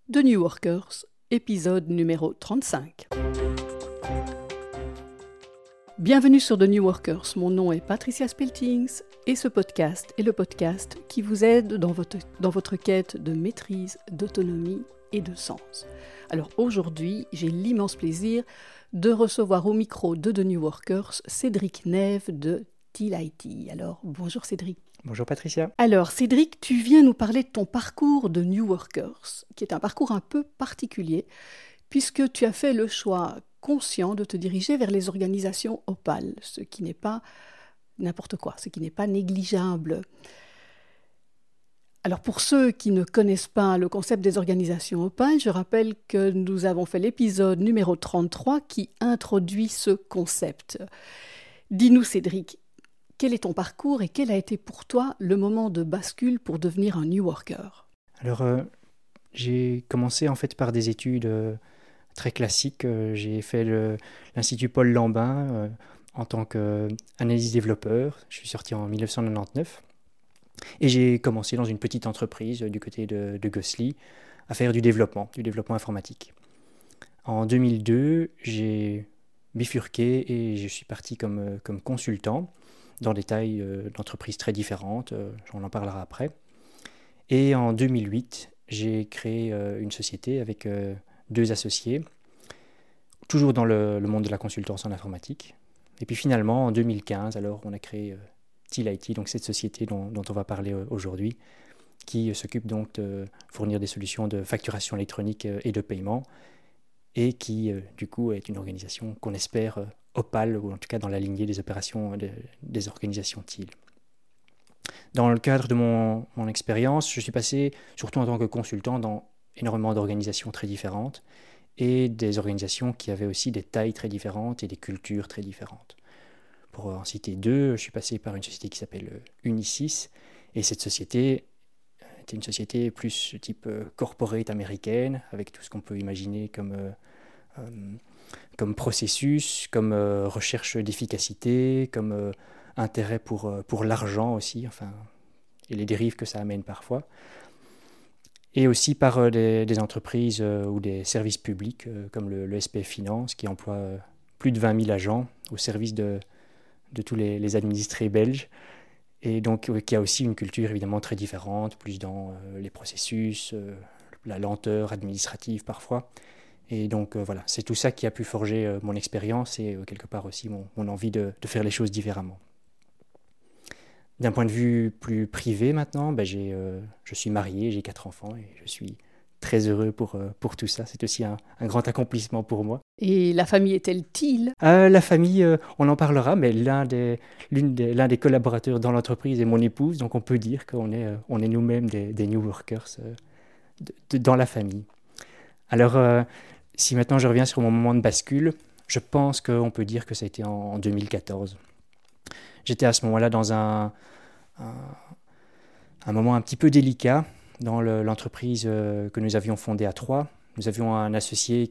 The New Workers, épisode numéro 35. Bienvenue sur The New Workers, mon nom est Patricia Speltings et ce podcast est le podcast qui vous aide dans votre quête de maîtrise, d'autonomie et de sens. Alors aujourd'hui, j'ai l'immense plaisir de recevoir au micro de The New Workers Cédric Neve de Teal IT. Alors bonjour Cédric. Bonjour Patricia. Alors Cédric, tu viens nous parler de ton parcours de New Workers, qui est un parcours un peu particulier, puisque tu as fait le choix conscient de te diriger vers les organisations Opal, ce qui n'est pas n'importe quoi, ce qui n'est pas négligeable. Alors pour ceux qui ne connaissent pas le concept des organisations Opal, je rappelle que nous avons fait l'épisode numéro 33 qui introduit ce concept. Dis-nous Cédric, quel est ton parcours et quel a été pour toi le moment de bascule pour devenir un New Worker ? Alors, j'ai commencé en fait par des études très classiques. J'ai fait l'Institut Paul Lambin en tant qu'analyste développeur. Je suis sorti en 1999 et j'ai commencé dans une petite entreprise du côté de Gosselies à faire du développement informatique. En 2002, j'ai bifurqué et je suis parti comme consultant dans des tailles d'entreprises très différentes, on en parlera après. Et en 2008, j'ai créé une société avec deux associés, toujours dans le monde de la consultance en informatique. Et puis finalement, en 2015, alors, on a créé Teal IT, donc cette société dont on va parler aujourd'hui, qui s'occupe donc de fournir des solutions de facturation électronique et de paiement, et qui, du coup, est une organisation qu'on espère Opal, ou en tout cas dans la lignée des opérations des organisations Teal. Dans le cadre de mon expérience, je suis passé, surtout en tant que consultant, dans énormément d'organisations très différentes et des organisations qui avaient aussi des tailles très différentes et des cultures très différentes. Pour en citer deux, je suis passé par une société qui s'appelle Unisys, et cette société était une société plus type corporate américaine, avec tout ce qu'on peut imaginer comme processus, comme recherche d'efficacité, comme intérêt pour l'argent aussi, enfin, et les dérives que ça amène parfois. Et aussi par des entreprises ou des services publics comme le SPF Finance, qui emploie plus de 20 000 agents au service de tous les administrés belges. Et donc qui a aussi une culture évidemment très différente, plus dans les processus, la lenteur administrative parfois. Et donc voilà, c'est tout ça qui a pu forger mon expérience et quelque part aussi mon envie de faire les choses différemment. D'un point de vue plus privé maintenant, je suis marié, j'ai 4 enfants et je suis très heureux pour tout ça. C'est aussi un grand accomplissement pour moi. Et la famille est-elle Teal ? La famille, on en parlera, mais l'un des collaborateurs dans l'entreprise est mon épouse, donc on peut dire qu'on est nous-mêmes des New Workers dans la famille. Alors, si maintenant je reviens sur mon moment de bascule, je pense qu'on peut dire que ça a été en 2014. J'étais à ce moment-là dans un moment un petit peu délicat dans l'entreprise que nous avions fondée à 3. Nous avions un associé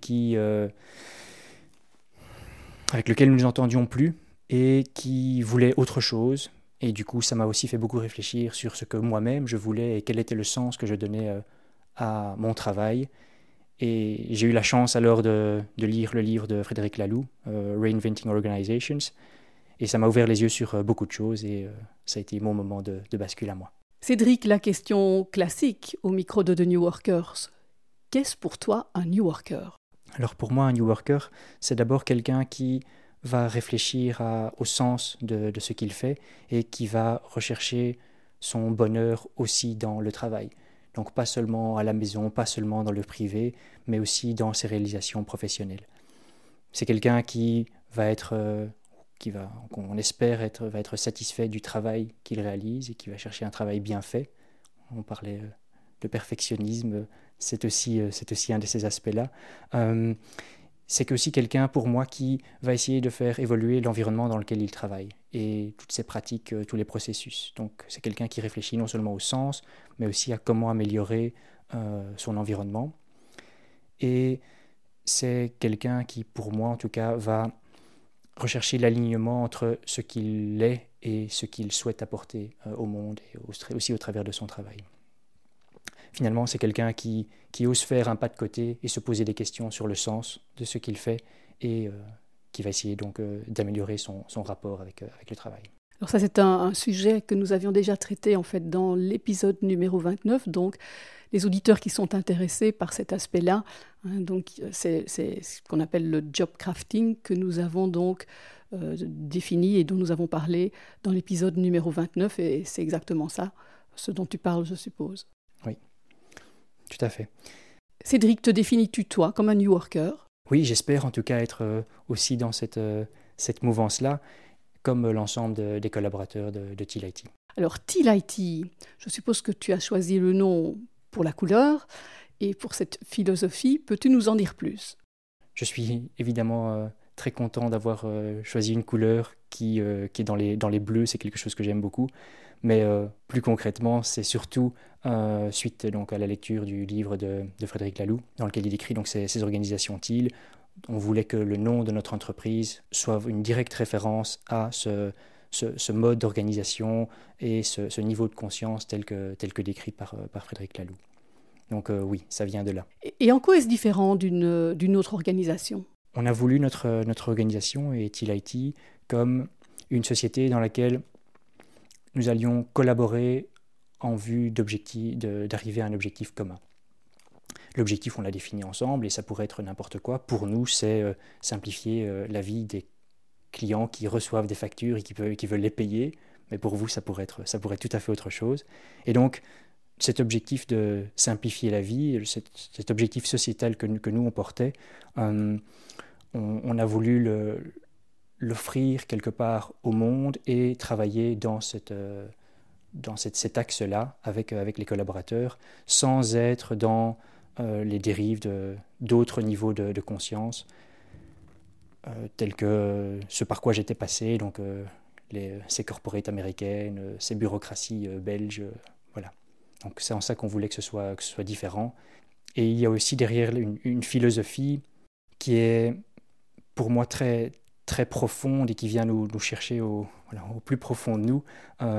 avec lequel nous ne nous entendions plus et qui voulait autre chose. Et du coup, ça m'a aussi fait beaucoup réfléchir sur ce que moi-même je voulais et quel était le sens que je donnais à mon travail. Et j'ai eu la chance alors de lire le livre de Frédéric Laloux, Reinventing Organizations, et ça m'a ouvert les yeux sur beaucoup de choses et ça a été mon moment de bascule à moi. Cédric, la question classique au micro de The New Workers. Qu'est-ce pour toi un New Worker ? Alors pour moi, un New Worker, c'est d'abord quelqu'un qui va réfléchir au sens de ce qu'il fait et qui va rechercher son bonheur aussi dans le travail. Donc pas seulement à la maison, pas seulement dans le privé, mais aussi dans ses réalisations professionnelles. C'est quelqu'un qui va on espère va être satisfait du travail qu'il réalise et qui va chercher un travail bien fait. On parlait de perfectionnisme, c'est aussi un de ces aspects-là. C'est aussi quelqu'un pour moi qui va essayer de faire évoluer l'environnement dans lequel il travaille et toutes ses pratiques, tous les processus. Donc c'est quelqu'un qui réfléchit non seulement au sens, mais aussi à comment améliorer son environnement. Et c'est quelqu'un qui, pour moi en tout cas, va rechercher l'alignement entre ce qu'il est et ce qu'il souhaite apporter au monde et aussi au travers de son travail. finalement, c'est quelqu'un qui ose faire un pas de côté et se poser des questions sur le sens de ce qu'il fait et qui va essayer donc d'améliorer son rapport avec le travail. Alors ça, c'est un sujet que nous avions déjà traité en fait dans l'épisode numéro 29, donc les auditeurs qui sont intéressés par cet aspect-là, donc c'est ce qu'on appelle le job crafting que nous avons donc défini et dont nous avons parlé dans l'épisode numéro 29, et c'est exactement ça, ce dont tu parles, je suppose. Oui, tout à fait. Cédric, te définis-tu toi comme un New Worker ? Oui, j'espère en tout cas être aussi dans cette mouvance-là, comme l'ensemble des collaborateurs de Teal IT. Alors, Teal IT, je suppose que tu as choisi le nom pour la couleur et pour cette philosophie. Peux-tu nous en dire plus ? Je suis évidemment très content d'avoir choisi une couleur qui est dans les bleus. C'est quelque chose que j'aime beaucoup. Mais plus concrètement, c'est surtout suite donc, à la lecture du livre de Frédéric Laloux, dans lequel il décrit donc, ces organisations Teal. On voulait que le nom de notre entreprise soit une directe référence à ce mode d'organisation et ce niveau de conscience tel que décrit par Frédéric Laloux. Donc oui, ça vient de là. Et en quoi est-ce différent d'une autre organisation ? On a voulu notre organisation et Teal IT comme une société dans laquelle nous allions collaborer en vue d'arriver à un objectif commun. L'objectif, on l'a défini ensemble et ça pourrait être n'importe quoi. Pour nous, c'est simplifier la vie des clients qui reçoivent des factures et qui veulent les payer. Mais pour vous, ça pourrait être tout à fait autre chose. Et donc, cet objectif de simplifier la vie, cet objectif sociétal que nous, on portait, on a voulu l'offrir quelque part au monde et travailler dans cet axe-là avec les collaborateurs, sans être dans les dérives d'autres niveaux de conscience, tels que ce par quoi j'étais passé, donc ces corporates américaines, ces bureaucraties belges, voilà. Donc c'est en ça qu'on voulait que ce soit différent. Et il y a aussi derrière une philosophie qui est pour moi très, très profonde et qui vient nous chercher au plus profond de nous,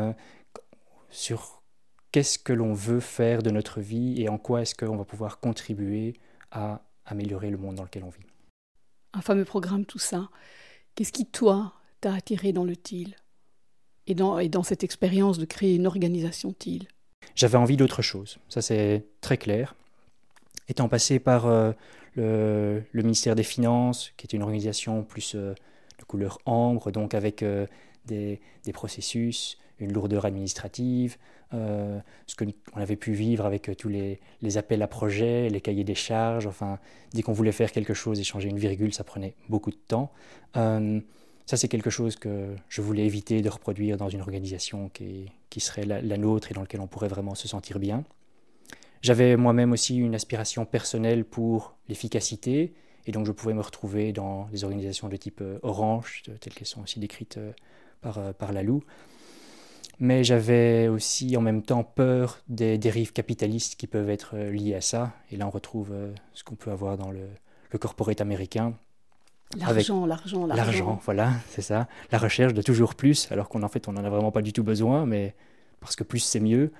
sur qu'est-ce que l'on veut faire de notre vie et en quoi est-ce qu'on va pouvoir contribuer à améliorer le monde dans lequel on vit. Un fameux programme, tout ça. Qu'est-ce qui, toi, t'a attiré dans le Teal et dans cette expérience de créer une organisation Teal ? J'avais envie d'autre chose, ça c'est très clair. Étant passé par le ministère des Finances, qui est une organisation plus de couleur ambre, donc avec des processus, une lourdeur administrative, ce qu'on avait pu vivre avec tous les appels à projets, les cahiers des charges, enfin, dès qu'on voulait faire quelque chose et changer une virgule, ça prenait beaucoup de temps. Ça, c'est quelque chose que je voulais éviter de reproduire dans une organisation qui serait la nôtre et dans laquelle on pourrait vraiment se sentir bien. J'avais moi-même aussi une aspiration personnelle pour l'efficacité, et donc je pouvais me retrouver dans des organisations de type Orange, telles qu'elles sont aussi décrites par Laloux. Mais j'avais aussi en même temps peur des dérives capitalistes qui peuvent être liées à ça. Et là, on retrouve ce qu'on peut avoir dans le corporate américain. L'argent. L'argent, voilà, c'est ça. La recherche de toujours plus, alors qu'en fait, on n'en a vraiment pas du tout besoin, mais parce que plus, c'est mieux.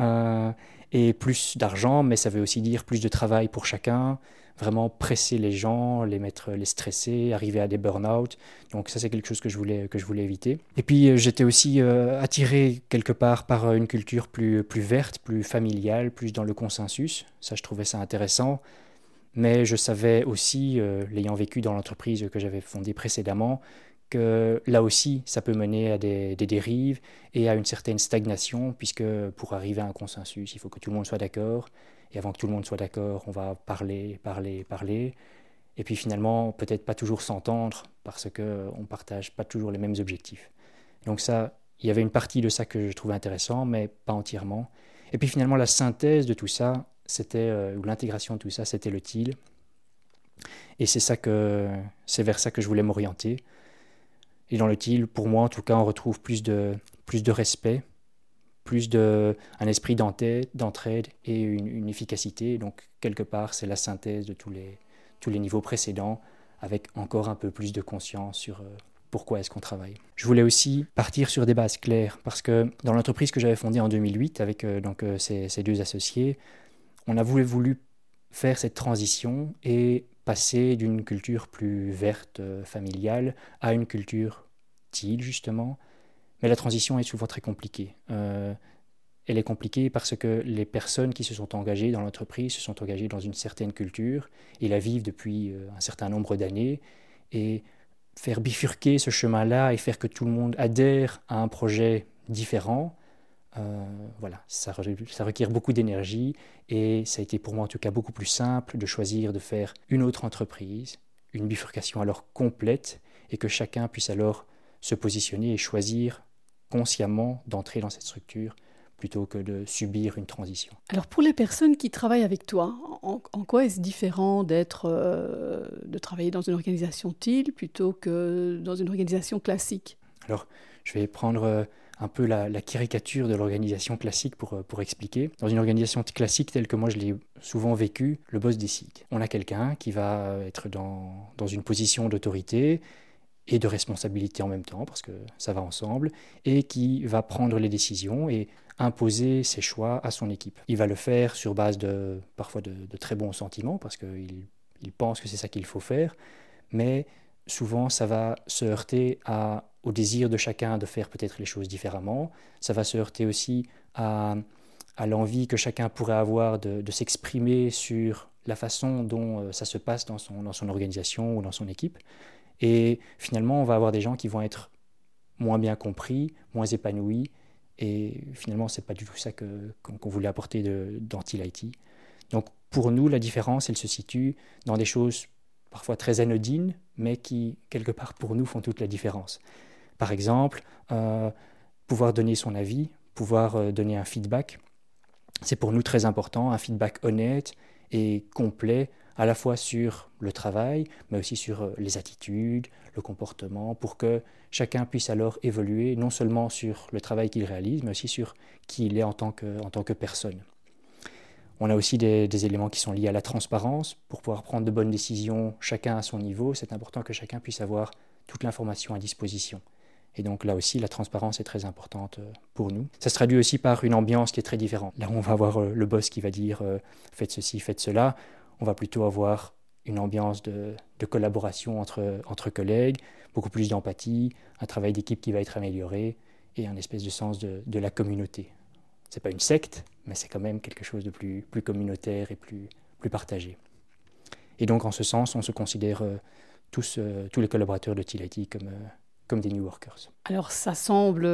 Et plus d'argent, mais ça veut aussi dire plus de travail pour chacun. Vraiment presser les gens, les stresser, arriver à des burn-out. Donc ça, c'est quelque chose que je voulais éviter. Et puis, j'étais aussi attiré quelque part par une culture plus verte, plus familiale, plus dans le consensus. Ça, je trouvais ça intéressant. Mais je savais aussi, l'ayant vécu dans l'entreprise que j'avais fondée précédemment, que là aussi, ça peut mener à des dérives et à une certaine stagnation, puisque pour arriver à un consensus, il faut que tout le monde soit d'accord. Et avant que tout le monde soit d'accord, on va parler. Et puis finalement, peut-être pas toujours s'entendre, parce qu'on ne partage pas toujours les mêmes objectifs. Donc ça, il y avait une partie de ça que je trouvais intéressant, mais pas entièrement. Et puis finalement, la synthèse de tout ça, ou l'intégration de tout ça, c'était le Teal. Et c'est vers ça que je voulais m'orienter. Et dans le Teal, pour moi en tout cas, on retrouve plus de respect, un esprit d'entraide et une efficacité. Donc quelque part, c'est la synthèse de tous les niveaux précédents, avec encore un peu plus de conscience sur pourquoi est-ce qu'on travaille. Je voulais aussi partir sur des bases claires, parce que dans l'entreprise que j'avais fondée en 2008 avec ces deux associés, On a voulu faire cette transition et passer d'une culture plus verte, familiale, à une culture teal, justement. Mais la transition est souvent très compliquée. Elle est compliquée parce que les personnes qui se sont engagées dans l'entreprise se sont engagées dans une certaine culture et la vivent depuis un certain nombre d'années. Et faire bifurquer ce chemin-là et faire que tout le monde adhère à un projet différent, voilà, ça requiert beaucoup d'énergie et ça a été pour moi en tout cas beaucoup plus simple de choisir de faire une autre entreprise, une bifurcation alors complète et que chacun puisse alors se positionner et choisir consciemment d'entrer dans cette structure plutôt que de subir une transition. Alors pour les personnes qui travaillent avec toi, en quoi est-ce différent de travailler dans une organisation teal plutôt que dans une organisation classique? Alors je vais prendre un peu la caricature de l'organisation classique pour expliquer. Dans une organisation classique telle que moi je l'ai souvent vécue, le boss décide. On a quelqu'un qui va être dans une position d'autorité et de responsabilité en même temps, parce que ça va ensemble, et qui va prendre les décisions et imposer ses choix à son équipe. Il va le faire sur base parfois de très bons sentiments, parce qu'il pense que c'est ça qu'il faut faire, mais souvent ça va se heurter au désir de chacun de faire peut-être les choses différemment. Ça va se heurter aussi à l'envie que chacun pourrait avoir de s'exprimer sur la façon dont ça se passe dans son organisation ou dans son équipe. Et finalement, on va avoir des gens qui vont être moins bien compris, moins épanouis. Et finalement, ce n'est pas du tout ça qu'on voulait apporter dans Teal IT. Donc pour nous, la différence, elle se situe dans des choses parfois très anodines, mais qui, quelque part, pour nous, font toute la différence. Par exemple, pouvoir donner son avis, pouvoir donner un feedback, c'est pour nous très important, un feedback honnête et complet, à la fois sur le travail, mais aussi sur les attitudes, le comportement, pour que chacun puisse alors évoluer, non seulement sur le travail qu'il réalise, mais aussi sur qui il est en tant que personne. On a aussi des éléments qui sont liés à la transparence. Pour pouvoir prendre de bonnes décisions, chacun à son niveau, c'est important que chacun puisse avoir toute l'information à disposition. Et donc là aussi, la transparence est très importante pour nous. Ça se traduit aussi par une ambiance qui est très différente. Là, on va avoir le boss qui va dire « faites ceci, faites cela ». On va plutôt avoir une ambiance de collaboration entre collègues, beaucoup plus d'empathie, un travail d'équipe qui va être amélioré et un espèce de sens de la communauté. Ce n'est pas une secte, mais c'est quand même quelque chose de plus communautaire et plus partagé. Et donc, en ce sens, on se considère tous les collaborateurs de Teal IT comme des New Workers. Alors, ça semble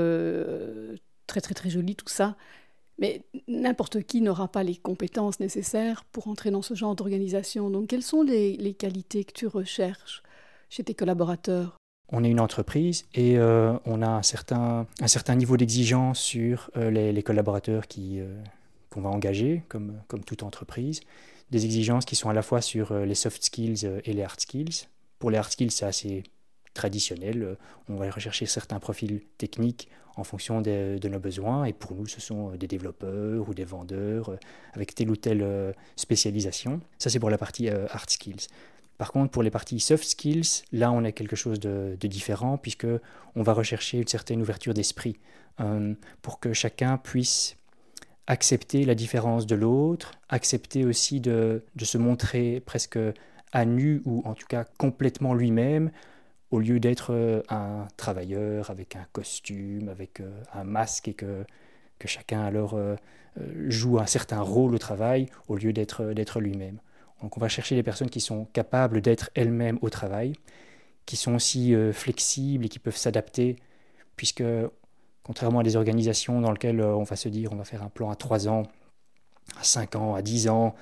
très, très, très joli tout ça. Mais n'importe qui n'aura pas les compétences nécessaires pour entrer dans ce genre d'organisation. Donc, quelles sont les qualités que tu recherches chez tes collaborateurs? On est une entreprise et on a un certain niveau d'exigence sur les collaborateurs qu'on va engager, comme toute entreprise. Des exigences qui sont à la fois sur les soft skills et les hard skills. Pour les hard skills, c'est assez traditionnel. On va rechercher certains profils techniques en fonction de nos besoins. Et pour nous, ce sont des développeurs ou des vendeurs avec telle ou telle spécialisation. Ça, c'est pour la partie hard skills. Par contre, pour les parties soft skills, là, on a quelque chose de différent puisqu'on va rechercher une certaine ouverture d'esprit pour que chacun puisse accepter la différence de l'autre, accepter aussi de se montrer presque à nu ou en tout cas complètement lui-même, au lieu d'être un travailleur avec un costume, avec un masque et que chacun alors joue un certain rôle au travail au lieu d'être lui-même. Donc on va chercher des personnes qui sont capables d'être elles-mêmes au travail, qui sont aussi flexibles et qui peuvent s'adapter, puisque contrairement à des organisations dans lesquelles on va se dire on va faire un plan à 3 ans, à 5 ans, à 10 ans,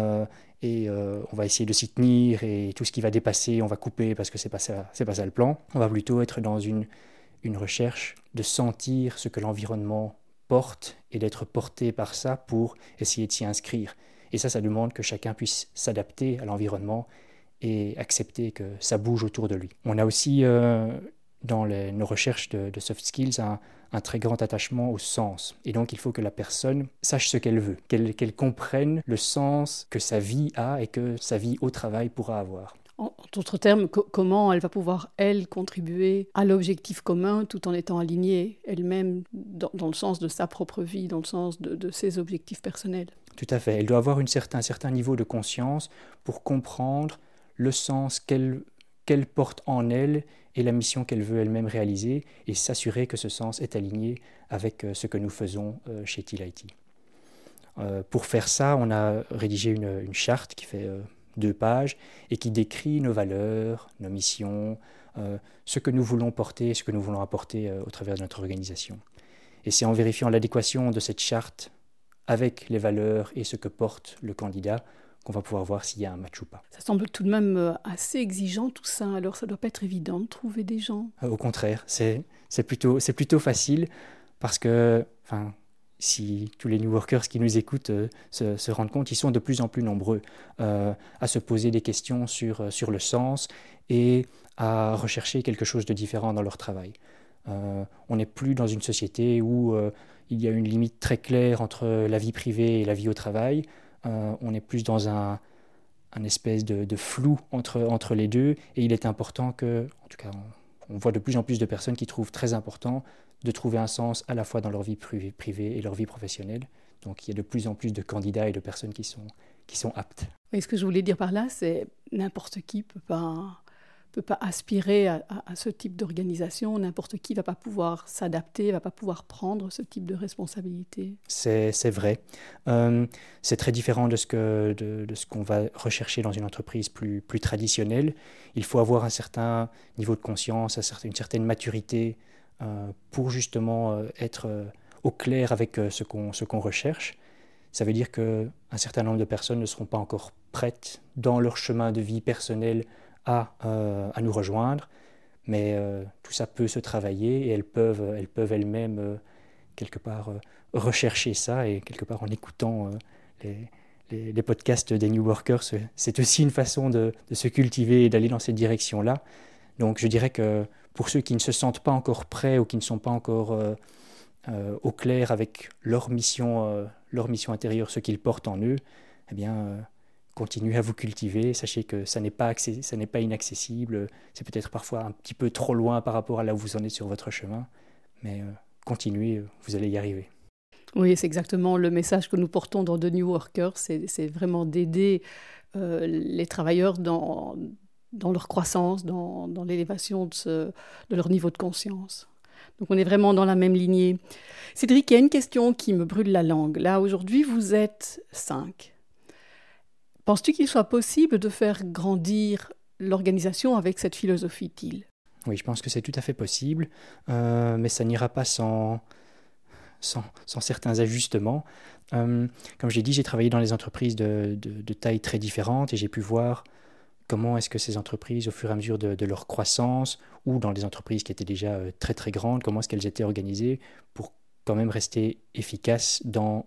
et on va essayer de s'y tenir et tout ce qui va dépasser, on va couper parce que c'est pas ça le plan. On va plutôt être dans une recherche de sentir ce que l'environnement porte et d'être porté par ça pour essayer de s'y inscrire. Et ça demande que chacun puisse s'adapter à l'environnement et accepter que ça bouge autour de lui. On a aussi dans nos recherches de soft skills un très grand attachement au sens. Et donc, il faut que la personne sache ce qu'elle veut, qu'elle comprenne le sens que sa vie a et que sa vie au travail pourra avoir. En d'autres termes, comment elle va pouvoir, elle, contribuer à l'objectif commun tout en étant alignée elle-même dans le sens de sa propre vie, dans le sens de ses objectifs personnels. Tout à fait. Elle doit avoir un certain niveau de conscience pour comprendre le sens qu'elle porte en elle et la mission qu'elle veut elle-même réaliser et s'assurer que ce sens est aligné avec ce que nous faisons chez TILIT. Pour faire ça, on a rédigé une charte qui fait 2 pages et qui décrit nos valeurs, nos missions, ce que nous voulons porter, ce que nous voulons apporter au travers de notre organisation. Et c'est en vérifiant l'adéquation de cette charte avec les valeurs et ce que porte le candidat qu'on va pouvoir voir s'il y a un match ou pas. Ça semble tout de même assez exigeant tout ça, alors ça ne doit pas être évident de trouver des gens. Au contraire, c'est plutôt facile parce que, si tous les New Workers qui nous écoutent se rendent compte, ils sont de plus en plus nombreux à se poser des questions sur le sens et à rechercher quelque chose de différent dans leur travail. On n'est plus dans une société où il y a une limite très claire entre la vie privée et la vie au travail. On est plus dans un espèce de flou entre les deux et il est important que, en tout cas, on voit de plus en plus de personnes qui trouvent très important de trouver un sens à la fois dans leur vie privée et leur vie professionnelle. Donc il y a de plus en plus de candidats et de personnes qui sont aptes. Et ce que je voulais dire par là, c'est n'importe qui peut pas aspirer à ce type d'organisation, n'importe qui ne va pas pouvoir s'adapter, ne va pas pouvoir prendre ce type de responsabilité. C'est vrai. C'est très différent de ce qu'on va rechercher dans une entreprise plus traditionnelle. Il faut avoir un certain niveau de conscience, une certaine maturité pour justement être au clair avec ce qu'on recherche. Ça veut dire qu'un certain nombre de personnes ne seront pas encore prêtes dans leur chemin de vie personnel à nous rejoindre, mais tout ça peut se travailler et elles peuvent elles-mêmes quelque part rechercher ça et quelque part en écoutant les podcasts des New Workers, c'est aussi une façon de se cultiver et d'aller dans cette direction-là. Donc je dirais que pour ceux qui ne se sentent pas encore prêts ou qui ne sont pas encore au clair avec leur mission intérieure, ce qu'ils portent en eux, eh bien continuez à vous cultiver, sachez que ça n'est pas inaccessible, c'est peut-être parfois un petit peu trop loin par rapport à là où vous en êtes sur votre chemin, mais continuez, vous allez y arriver. Oui, c'est exactement le message que nous portons dans The New Workers, c'est vraiment d'aider les travailleurs dans leur croissance, dans l'élévation de leur niveau de conscience. Donc on est vraiment dans la même lignée. Cédric, il y a une question qui me brûle la langue. Là, aujourd'hui, vous êtes 5. Penses-tu qu'il soit possible de faire grandir l'organisation avec cette philosophie TIL ? Oui, je pense que c'est tout à fait possible, mais ça n'ira pas sans certains ajustements. Comme j'ai dit, j'ai travaillé dans des entreprises de tailles très différentes et j'ai pu voir comment est-ce que ces entreprises, au fur et à mesure de leur croissance, ou dans des entreprises qui étaient déjà très très grandes, comment est-ce qu'elles étaient organisées pour quand même rester efficaces dans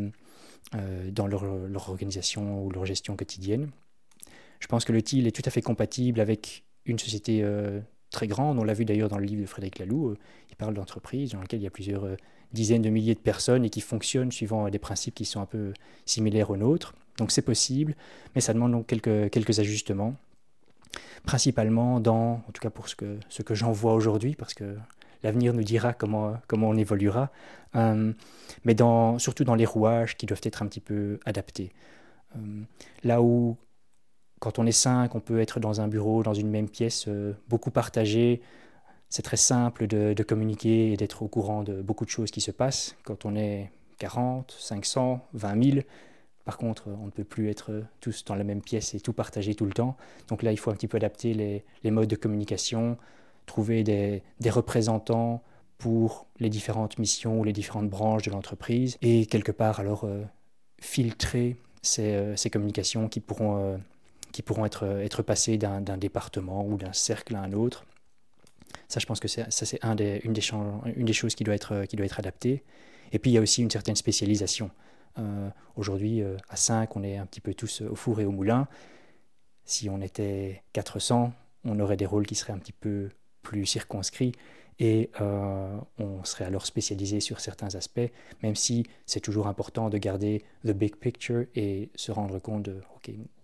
leur organisation ou leur gestion quotidienne. Je pense que le TIL est tout à fait compatible avec une société très grande. On l'a vu d'ailleurs dans le livre de Frédéric Laloux. Il parle d'entreprises dans lesquelles il y a plusieurs dizaines de milliers de personnes et qui fonctionnent suivant des principes qui sont un peu similaires aux nôtres. Donc c'est possible, mais ça demande donc quelques ajustements, principalement en tout cas pour ce que j'en vois aujourd'hui, parce que l'avenir nous dira comment on évoluera, mais surtout dans les rouages qui doivent être un petit peu adaptés. Là où, quand on est 5, on peut être dans un bureau, dans une même pièce, beaucoup partagé, c'est très simple de communiquer et d'être au courant de beaucoup de choses qui se passent. Quand on est 40, 500, 20 000, par contre, on ne peut plus être tous dans la même pièce et tout partager tout le temps. Donc là, il faut un petit peu adapter les modes de communication, trouver des représentants pour les différentes missions ou les différentes branches de l'entreprise et quelque part alors filtrer ces communications qui pourront être passées d'un département ou d'un cercle à un autre. Ça, je pense que c'est une des choses qui doit être adaptée. Et puis, il y a aussi une certaine spécialisation. Aujourd'hui, à 5, on est un petit peu tous au four et au moulin. Si on était 400, on aurait des rôles qui seraient un petit peu plus circonscrits et on serait alors spécialisé sur certains aspects, même si c'est toujours important de garder the big picture et se rendre compte de dans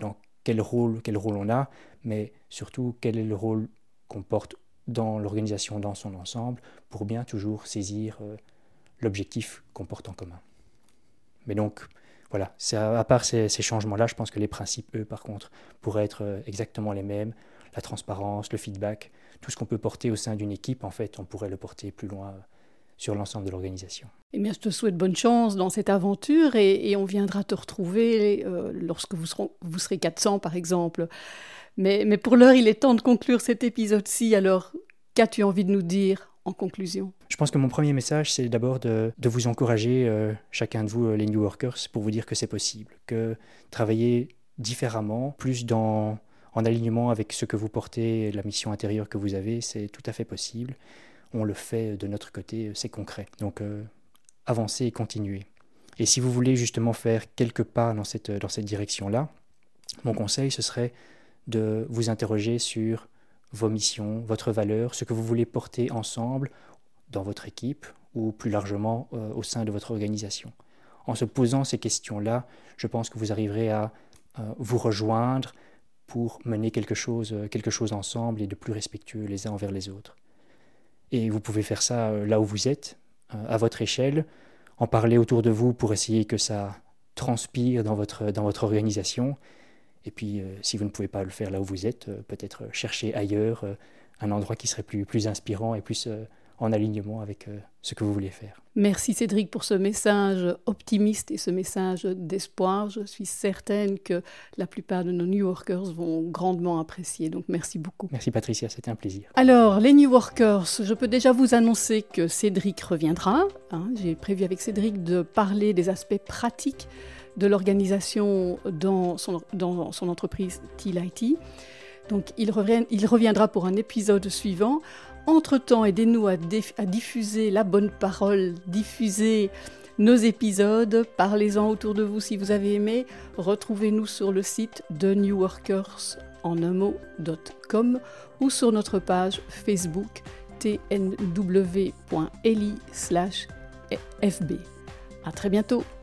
quel rôle on a, mais surtout quel est le rôle qu'on porte dans l'organisation dans son ensemble pour bien toujours saisir l'objectif qu'on porte en commun. Mais donc, voilà, à part ces changements-là, je pense que les principes, eux, par contre, pourraient être exactement les mêmes. La transparence, le feedback, tout ce qu'on peut porter au sein d'une équipe, en fait, on pourrait le porter plus loin sur l'ensemble de l'organisation. Eh bien, je te souhaite bonne chance dans cette aventure et on viendra te retrouver lorsque vous serez 400, par exemple. Mais pour l'heure, il est temps de conclure cet épisode-ci. Alors, qu'as-tu envie de nous dire en conclusion ? Je pense que mon premier message, c'est d'abord de vous encourager, chacun de vous, les New Workers, pour vous dire que c'est possible, que travailler différemment, plus en alignement avec ce que vous portez, la mission intérieure que vous avez, c'est tout à fait possible. On le fait de notre côté, c'est concret. Donc, avancez et continuez. Et si vous voulez justement faire quelques pas dans cette direction-là, mon conseil, ce serait de vous interroger sur vos missions, votre valeur, ce que vous voulez porter ensemble dans votre équipe ou plus largement au sein de votre organisation. En se posant ces questions-là, je pense que vous arriverez à vous rejoindre pour mener quelque chose ensemble et de plus respectueux les uns envers les autres. Et vous pouvez faire ça là où vous êtes, à votre échelle, en parler autour de vous pour essayer que ça transpire dans votre organisation. Et puis, si vous ne pouvez pas le faire là où vous êtes, peut-être chercher ailleurs un endroit qui serait plus inspirant et plus en alignement avec ce que vous voulez faire. Merci Cédric pour ce message optimiste et ce message d'espoir. Je suis certaine que la plupart de nos New Workers vont grandement apprécier, donc merci beaucoup. Merci Patricia, c'était un plaisir. Alors, les New Workers, je peux déjà vous annoncer que Cédric reviendra. J'ai prévu avec Cédric de parler des aspects pratiques de l'organisation dans son entreprise Teal IT. Donc, il reviendra pour un épisode suivant. Entre-temps, aidez-nous à diffuser la bonne parole, diffuser nos épisodes, parlez-en autour de vous si vous avez aimé. Retrouvez-nous sur le site de newworkers.com ou sur notre page Facebook tnw.li/fb. À très bientôt.